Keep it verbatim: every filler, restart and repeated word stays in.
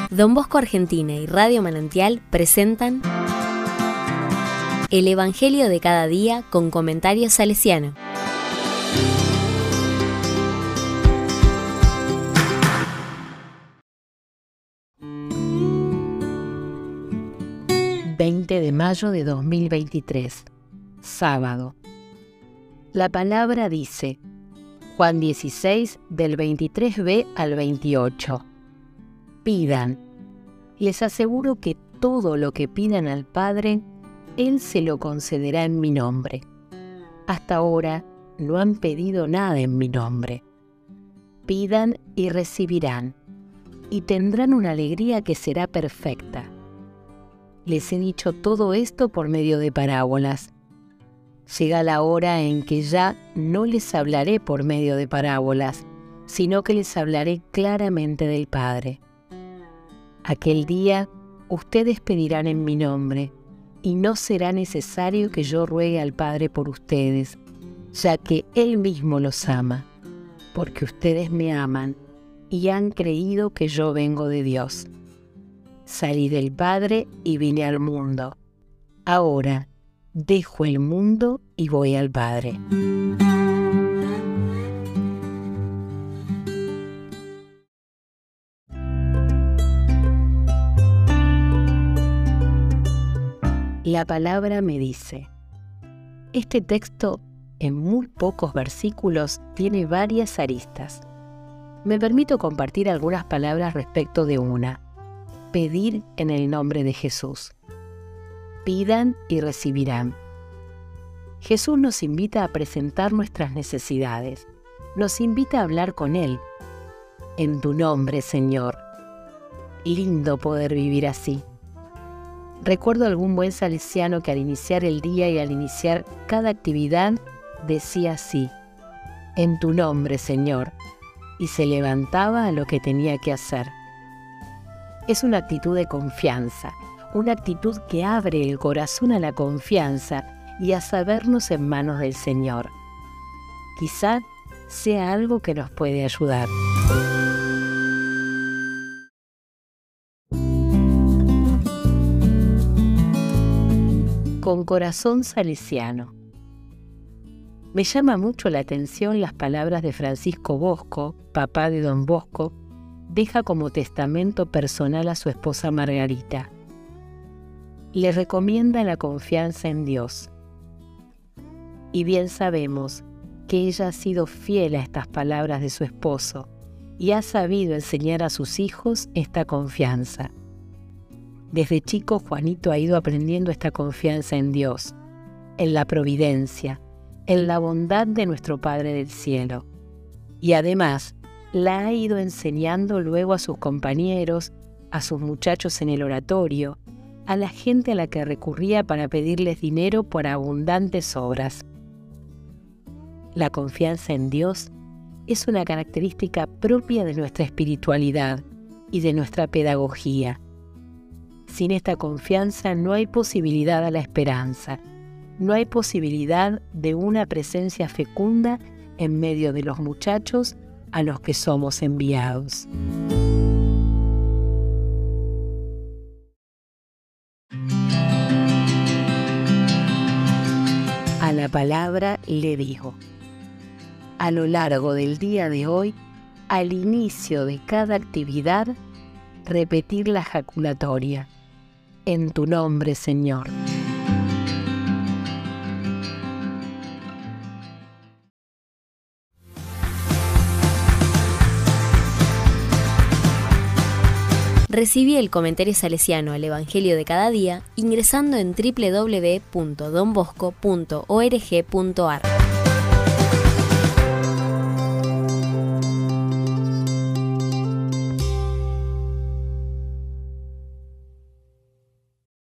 Don Bosco Argentina y Radio Manantial presentan El Evangelio de cada día con comentario salesiano. veinte de mayo de dos mil veintitrés, sábado. La palabra dice, Juan dieciséis, del veintitrés b al veintiocho. Pidan. Les aseguro que todo lo que pidan al Padre, Él se lo concederá en mi nombre. Hasta ahora no han pedido nada en mi nombre. Pidan y recibirán, y tendrán una alegría que será perfecta. Les he dicho todo esto por medio de parábolas. Llega la hora en que ya no les hablaré por medio de parábolas, sino que les hablaré claramente del Padre. Aquel día ustedes pedirán en mi nombre, y no será necesario que yo ruegue al Padre por ustedes, ya que Él mismo los ama, porque ustedes me aman y han creído que yo vengo de Dios. Salí del Padre y vine al mundo. Ahora dejo el mundo y voy al Padre. La palabra me dice. Este texto, en muy pocos versículos, tiene varias aristas. Me permito compartir algunas palabras respecto de una. Pedir en el nombre de Jesús. Pidan y recibirán. Jesús nos invita a presentar nuestras necesidades. Nos invita a hablar con Él. En tu nombre, Señor. Lindo poder vivir así. Recuerdo algún buen salesiano que al iniciar el día y al iniciar cada actividad decía así: en tu nombre, Señor, y se levantaba a lo que tenía que hacer. Es una actitud de confianza, una actitud que abre el corazón a la confianza y a sabernos en manos del Señor. Quizá sea algo que nos puede ayudar. Con corazón salesiano. Me llama mucho la atención las palabras de Francisco Bosco, papá de Don Bosco, deja como testamento personal a su esposa Margarita. Le recomienda la confianza en Dios. Y bien sabemos que ella ha sido fiel a estas palabras de su esposo y ha sabido enseñar a sus hijos esta confianza. Desde chico Juanito ha ido aprendiendo esta confianza en Dios, en la providencia, en la bondad de nuestro Padre del Cielo. Y además, la ha ido enseñando luego a sus compañeros, a sus muchachos en el oratorio, a la gente a la que recurría para pedirles dinero por abundantes obras. La confianza en Dios es una característica propia de nuestra espiritualidad y de nuestra pedagogía. Sin esta confianza no hay posibilidad a la esperanza, no hay posibilidad de una presencia fecunda en medio de los muchachos a los que somos enviados. A la palabra le dijo. A lo largo del día de hoy, al inicio de cada actividad, repetir la jaculatoria. En tu nombre, Señor. Recibí el comentario salesiano al Evangelio de cada día ingresando en doble u doble u doble u punto don bosco punto org punto ar.